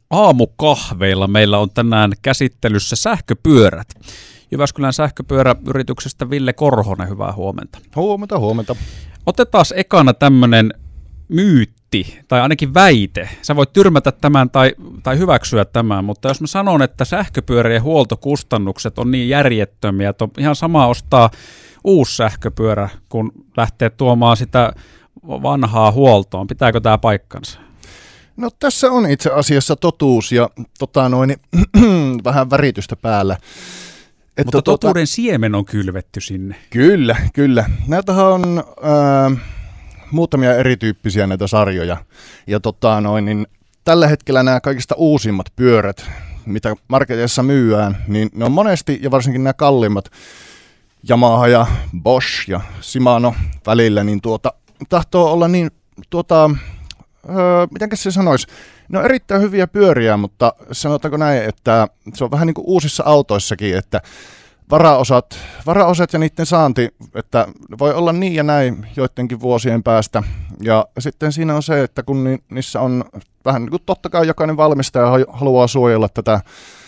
Aamukahveilla meillä on tänään käsittelyssä sähköpyörät. Jyväskylän sähköpyöräyrityksestä Ville Korhonen, hyvää huomenta. Huomenta. Otetaan ekana tämmöinen myytti, tai ainakin väite. Sä voit tyrmätä tämän tai hyväksyä tämän, mutta jos mä sanon, että sähköpyörien huoltokustannukset on niin järjettömiä, että on ihan sama ostaa uusi sähköpyörä, kun lähtee tuomaan sitä vanhaa huoltoon. Pitääkö tämä paikkansa? No tässä on itse asiassa totuus ja vähän väritystä päällä. Mutta totuuden siemen on kylvetty sinne. Kyllä. Näitähän on muutamia erityyppisiä näitä sarjoja. Ja tällä hetkellä nämä kaikista uusimmat pyörät, mitä marketeissa myyään, niin ne on monesti, ja varsinkin nämä kalliimmat, Yamaha ja Bosch ja Shimano välillä, niin tahtoo olla niin, mitenkäs se sanoisi, ne on erittäin hyviä pyöriä, mutta sanotaanko näin, että se on vähän niin kuin uusissa autoissakin, että varaosat ja niiden saanti, että voi olla niin ja näin joidenkin vuosien päästä. Ja sitten siinä on se, että kun niissä on vähän niin kuin totta kai jokainen valmistaja haluaa suojella tätä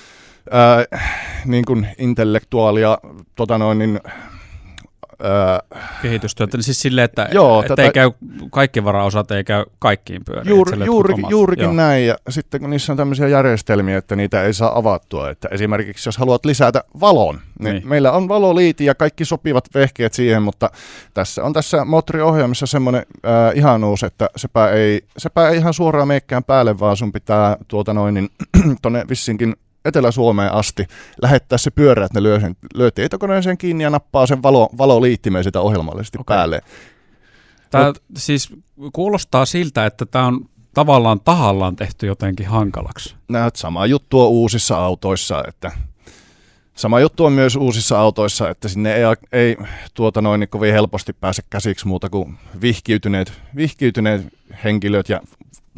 niin kuin intellektuaalia kehitystyötä, niin siis silleen, että, joo, ei käy kaikki varaosat, ei käy kaikkiin pyöriin. Juurikin näin, ja sitten kun niissä on tämmöisiä järjestelmiä, että niitä ei saa avattua, että esimerkiksi jos haluat lisätä valon, niin meillä on valoliiti ja kaikki sopivat vehkeet siihen, mutta tässä moottoriohjaamissa semmoinen ihanuus, että sepä ei ihan suoraan meikään päälle, vaan sun pitää tuonne vissinkin Etelä-Suomeen asti lähettää se pyörä, että ne lyö tietokoneeseen kiinni ja nappaa sen valoliittimeen sitä ohjelmallisesti päälle. Tämä siis kuulostaa siltä, että tämä on tavallaan tahallaan tehty jotenkin hankalaksi. Sama juttu on uusissa autoissa, sama juttu on myös uusissa autoissa, että sinne ei kovin helposti pääse käsiksi muuta kuin vihkiytyneet henkilöt ja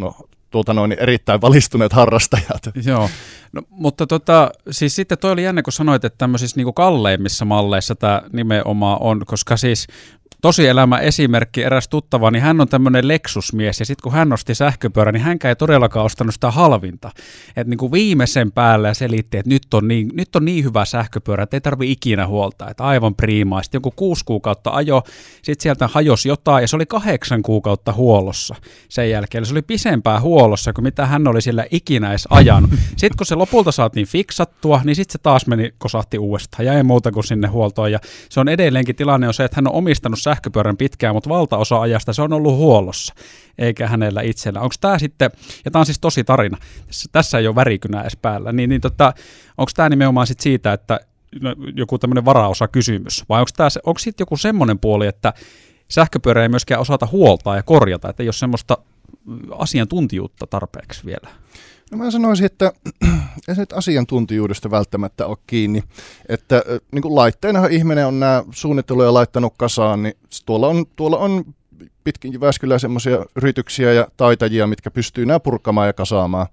erittäin valistuneet harrastajat. Joo, no, mutta siis sitten toi oli jännä, kun sanoit, että tämmöisissä niinku kalleimmissa malleissa tämä nimenomaan on, koska siis tosielämä esimerkki, eräs tuttava, niin hän on tämmöinen Lexus-mies, ja sitten kun hän nosti sähköpyörän, niin hänkään ei todellakaan ostanut sitä halvinta. Että niin kuin viimeisen päälle ja selitti, että nyt on niin hyvä sähköpyörä, että ei tarvitse ikinä huoltaa, että aivan priimaa. Sitten joku 6 kuukautta ajo, sitten sieltä hajosi jotain, ja se oli 8 kuukautta huollossa sen jälkeen. Eli se oli pisempää huollossa kuin mitä hän oli siellä ikinä edes ajanut. Sitten kun se lopulta saatiin fiksattua, niin sitten se taas kosahti uudestaan, ja ei muuta kuin sinne huoltoon. Ja se on edelleenkin tilanne on se, että hän on omistanut sähköpyörän pitkään, mutta valtaosa ajasta se on ollut huollossa, eikä hänellä itsellä. Onko tämä sitten, ja tämä on siis tosi tarina, tässä ei ole värikynää edes päällä, onko tämä nimenomaan sitten siitä, että joku tämmöinen varaosakysymys, vai onko sitten joku semmoinen puoli, että sähköpyörä ei myöskään osata huoltaa ja korjata, että ei ole semmoista asiantuntijuutta tarpeeksi vielä? No mä sanoisin, että ei se nyt asiantuntijuudesta välttämättä ole kiinni, että niin kuin laitteenahan ihminen on nämä suunnitteluja laittanut kasaan, niin tuolla on pitkin Jyväskylää semmoisia yrityksiä ja taitajia, mitkä pystyy nämä purkamaan ja kasaamaan.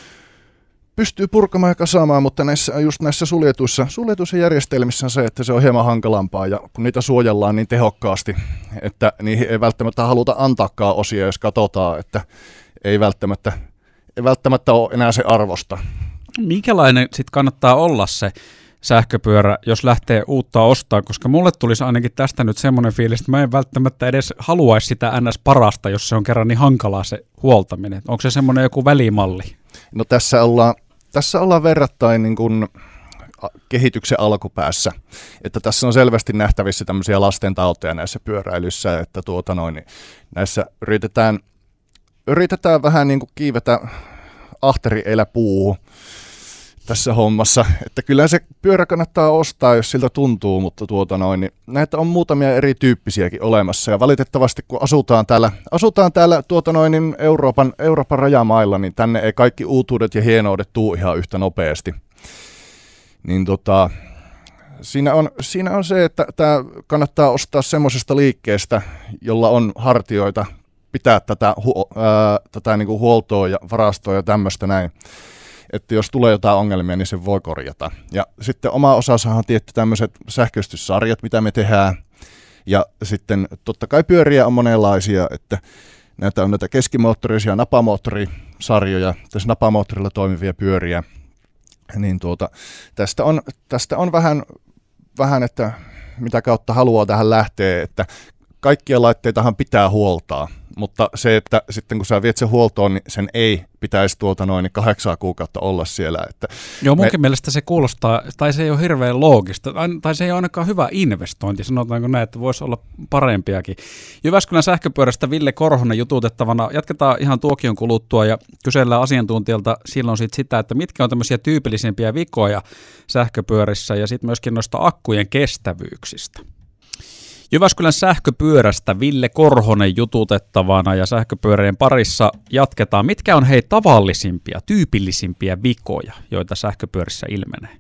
Mutta näissä suljetuissa järjestelmissä on se, että se on hieman hankalampaa, ja kun niitä suojellaan niin tehokkaasti, että niihin ei välttämättä haluta antaakaan osia, jos katsotaan, että ei välttämättä ole enää se arvosta. Minkälainen sitten kannattaa olla se sähköpyörä, jos lähtee uutta ostaa, koska mulle tulisi ainakin tästä nyt semmoinen fiilis, että mä en välttämättä edes haluaisi sitä NS-parasta, jos se on kerran niin hankalaa se huoltaminen. Onko se semmoinen joku välimalli? No tässä ollaan verrattain niin kuin kehityksen alkupäässä, että tässä on selvästi nähtävissä tämmöisiä lastentauteja näissä pyöräilyissä, että näissä yritetään vähän niin kuin kiivetä ahteri elä puuhun tässä hommassa, että kyllä se pyörä kannattaa ostaa, jos siltä tuntuu, mutta niin näitä on muutamia erityyppisiäkin olemassa, ja valitettavasti kun asutaan täällä Euroopan rajamailla, niin tänne ei kaikki uutuudet ja hienoudet tuu ihan yhtä nopeasti. Niin siinä on se, että tämä kannattaa ostaa semmoisesta liikkeestä, jolla on hartioita pitää tätä niin kuin huoltoa ja varastoa ja tämmöistä näin, että jos tulee jotain ongelmia, niin se voi korjata. Ja sitten oma osansahan on tietty tämmöiset sähköistyssarjat, mitä me tehdään, ja sitten totta kai pyöriä on monenlaisia, että näitä on näitä keskimoottorisia, napamoottori, sarjoja, tässä napamoottorilla toimivia pyöriä, niin tästä on vähän, että mitä kautta haluaa tähän lähteä, että kaikkia laitteitahan pitää huoltaa, mutta se, että sitten kun sä viet sen huoltoon, niin sen ei pitäisi 8 kuukautta olla siellä. Että joo, munkin mielestä se kuulostaa, tai se ei ole hirveän loogista, tai se ei ole ainakaan hyvä investointi, sanotaanko näin, että voisi olla parempiakin. Jyväskylän sähköpyörästä Ville Korhonen jututettavana. Jatketaan ihan tuokion kuluttua ja kysellään asiantuntijalta silloin sitä, että mitkä on tämmöisiä tyypillisimpiä vikoja sähköpyörissä ja sitten myöskin noista akkujen kestävyyksistä. Jyväskylän sähköpyörästä Ville Korhonen jututettavana ja sähköpyörien parissa jatketaan. Mitkä on tavallisimpia, tyypillisimpiä vikoja, joita sähköpyörissä ilmenee?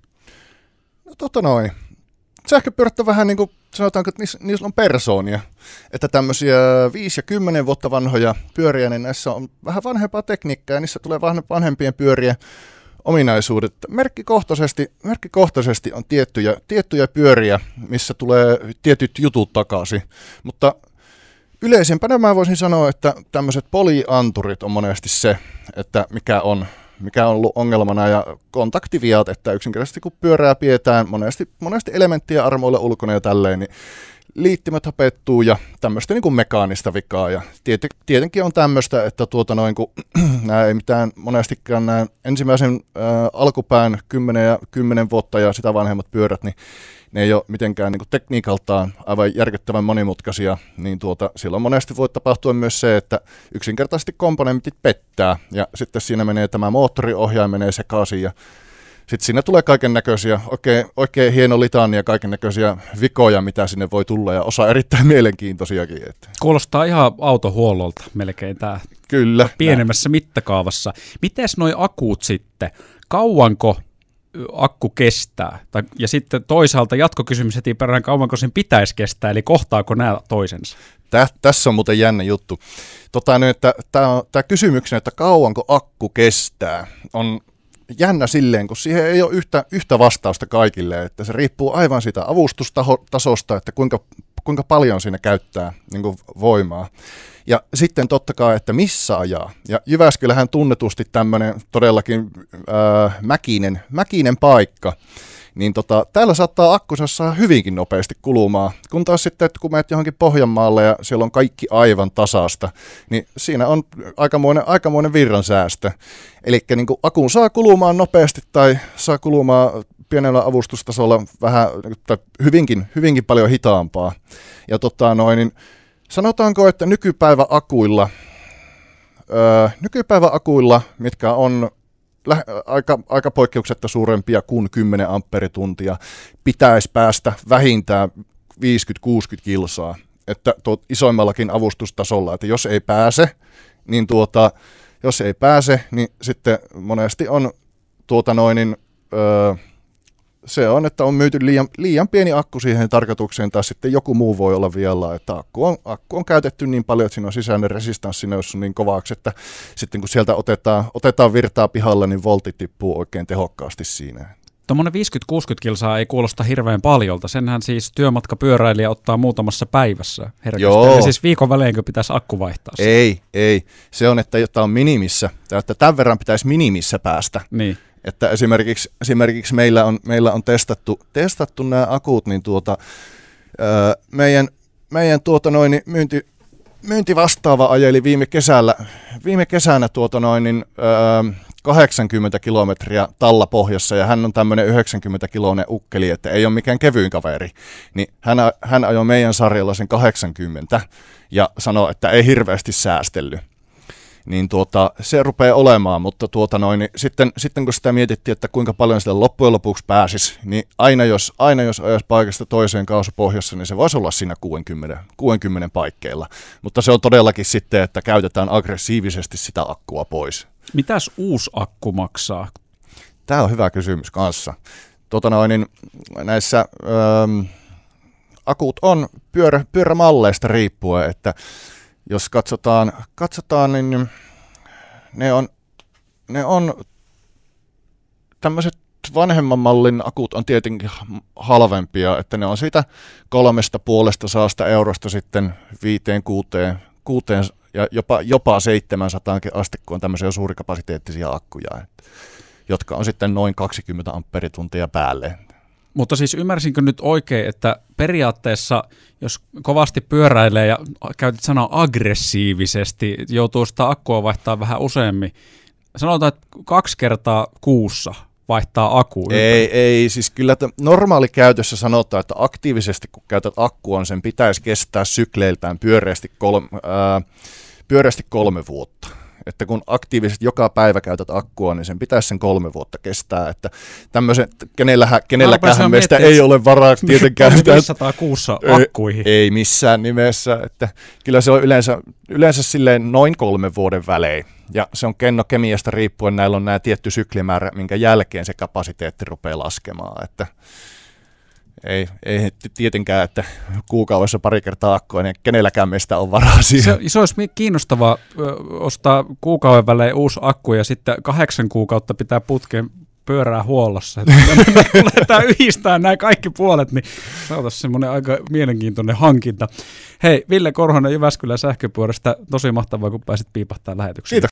No sähköpyörät on vähän niin kuin sanotaanko, että niissä on persoonia. Että tämmöisiä 5 ja 10 vuotta vanhoja pyöriä, niin näissä on vähän vanhempaa tekniikkaa ja niissä tulee vanhempien pyörien ominaisuudet. Merkkikohtaisesti on tiettyjä pyöriä, missä tulee tietyt jutut takaisin, mutta yleisempänä mä voisin sanoa, että tämmöiset polianturit on monesti se, että mikä on ollut ongelmana ja kontaktiviat, että yksinkertaisesti kun pyörää pidetään monesti elementtien armoilla ulkona ja tälleen, niin liittymät hapettuu ja tämmöistä niin kuin mekaanista vikaa. Ja tietenkin on tämmöistä, että kun nämä ei mitään monestikaan nämä ensimmäisen alkupään 10 vuotta ja sitä vanhemmat pyörät, niin ne ei ole mitenkään niin kuin tekniikaltaan aivan järkyttävän monimutkaisia, niin silloin monesti voi tapahtua myös se, että yksinkertaisesti komponentit pettää ja sitten siinä menee tämä moottoriohjaaja menee sekaisin ja sitten siinä tulee kaiken näköisiä, oikein hieno litania, kaiken näköisiä vikoja, mitä sinne voi tulla ja osa erittäin mielenkiintoisiakin. Kuulostaa ihan autohuollolta melkein tämä. Kyllä. Pienemmässä mittakaavassa. Mites noi akut sitten? Kauanko akku kestää? Ja sitten toisaalta jatkokysymys heti perään, kauanko sen pitäisi kestää, eli kohtaako nämä toisensa? Tässä on muuten jännä juttu. Tämä kysymyksen, että kauanko akku kestää, on jännä silleen, kun siihen ei ole yhtä vastausta kaikille, että se riippuu aivan siitä avustustasosta, että kuinka paljon siinä käyttää niin kuin voimaa. Ja sitten totta kai, että missä ajaa. Ja Jyväskylähän tunnetusti tämmöinen todellakin mäkinen paikka. Niin täällä saattaa akkunsa saa hyvinkin nopeasti kulumaan. Kun taas sitten, kun menet johonkin Pohjanmaalle ja siellä on kaikki aivan tasasta, niin siinä on aikamoinen virransäästö. Eli niin kuin akun saa kulumaan nopeasti tai saa kulumaan pienellä avustustasolla vähän tai hyvinkin paljon hitaampaa. Ja niin sanotaanko, että nykypäiväakuilla, mitkä on aika poikkeuksetta suurempia kuin 10 amperituntia, pitäisi päästä vähintään 50-60 kilsaa, että isoimmallakin avustustasolla, että jos ei pääse, niin sitten monesti on se on, että on myyty liian pieni akku siihen tarkoitukseen, tai sitten joku muu voi olla vielä, että akku on käytetty niin paljon, että siinä on sisäinen resistanssi noussut niin kovaksi, että sitten kun sieltä otetaan virtaa pihalle, niin voltti tippuu oikein tehokkaasti siinä. Tuommoinen 50-60 kilsaa ei kuulosta hirveän paljolta. Senhän siis työmatkapyöräilijä ottaa muutamassa päivässä herkästi. Eli siis viikon väleinkö pitäisi akku vaihtaa? Ei. Se on, että jotta on minimissä, että tämän verran pitäisi minimissä päästä. Niin. Että esimerkiksi meillä on testattu nämä akut, niin meidän myyntivastaava ajeli viime kesänä 80 kilometriä Tallapohjassa, ja hän on tämmöinen 90-kiloinen ukkeli, että ei ole mikään kevyin kaveri, niin hän ajoi meidän sarjalla sen 80 ja sanoi, että ei hirveästi säästellyt. Niin se rupeaa olemaan, mutta sitten kun sitä mietittiin, että kuinka paljon sitä loppujen lopuksi pääsisi, niin aina jos ajaisi paikasta toiseen kaasupohjassa, niin se voisi olla siinä 60 paikkeilla. Mutta se on todellakin sitten, että käytetään aggressiivisesti sitä akkua pois. Mitäs uusi akku maksaa? Tämä on hyvä kysymys kanssa. Näissä akut on pyörämalleista riippuen, että jos katsotaan, niin ne on tämmöiset vanhemman mallin akut on tietenkin halvempia, että ne on siitä 3,5 eurosta sitten 5-6 ja jopa 700 asti, kun on tämmöisiä suurikapasiteettisia akkuja, jotka on sitten noin 20 amperituntia päälle. Mutta siis ymmärsinkö nyt oikein, että periaatteessa, jos kovasti pyöräilee ja käytit sanaa aggressiivisesti, joutuu sitä akkua vaihtaa vähän useammin. Sanotaan, että 2 kertaa kuussa vaihtaa akku. Ei, siis kyllä normaali käytössä sanotaan, että aktiivisesti kun käytät akkua, sen pitäisi kestää sykleiltään pyöreästi 3 vuotta. Että kun aktiivisesti joka päivä käytät akkua, niin sen pitäisi sen 3 vuotta kestää. Että tämmöisen, kenelläkään meistä ei ole varaa tietenkään 500 kuussa akkuihin. Ei missään nimessä. Että kyllä se on yleensä silleen noin 3 vuoden välein. Ja se on kennokemiasta riippuen, näillä on nämä tietty syklimäärä, minkä jälkeen se kapasiteetti rupeaa laskemaan. Että ei tietenkään, että kuukaudessa 2 kertaa akkua, niin kenelläkään meistä on varaa siihen. Se olisi kiinnostavaa ostaa kuukauden välein uusi akku ja sitten 8 kuukautta pitää putkeen pyörää huollossa. Kun lähdetään yhdistämään nämä kaikki puolet, niin saataisiin semmoinen aika mielenkiintoinen hankinta. Hei, Ville Korhonen Jyväskylän sähköpyörästä, tosi mahtavaa, kun pääsit piipahtamaan lähetykseen. Kiitos.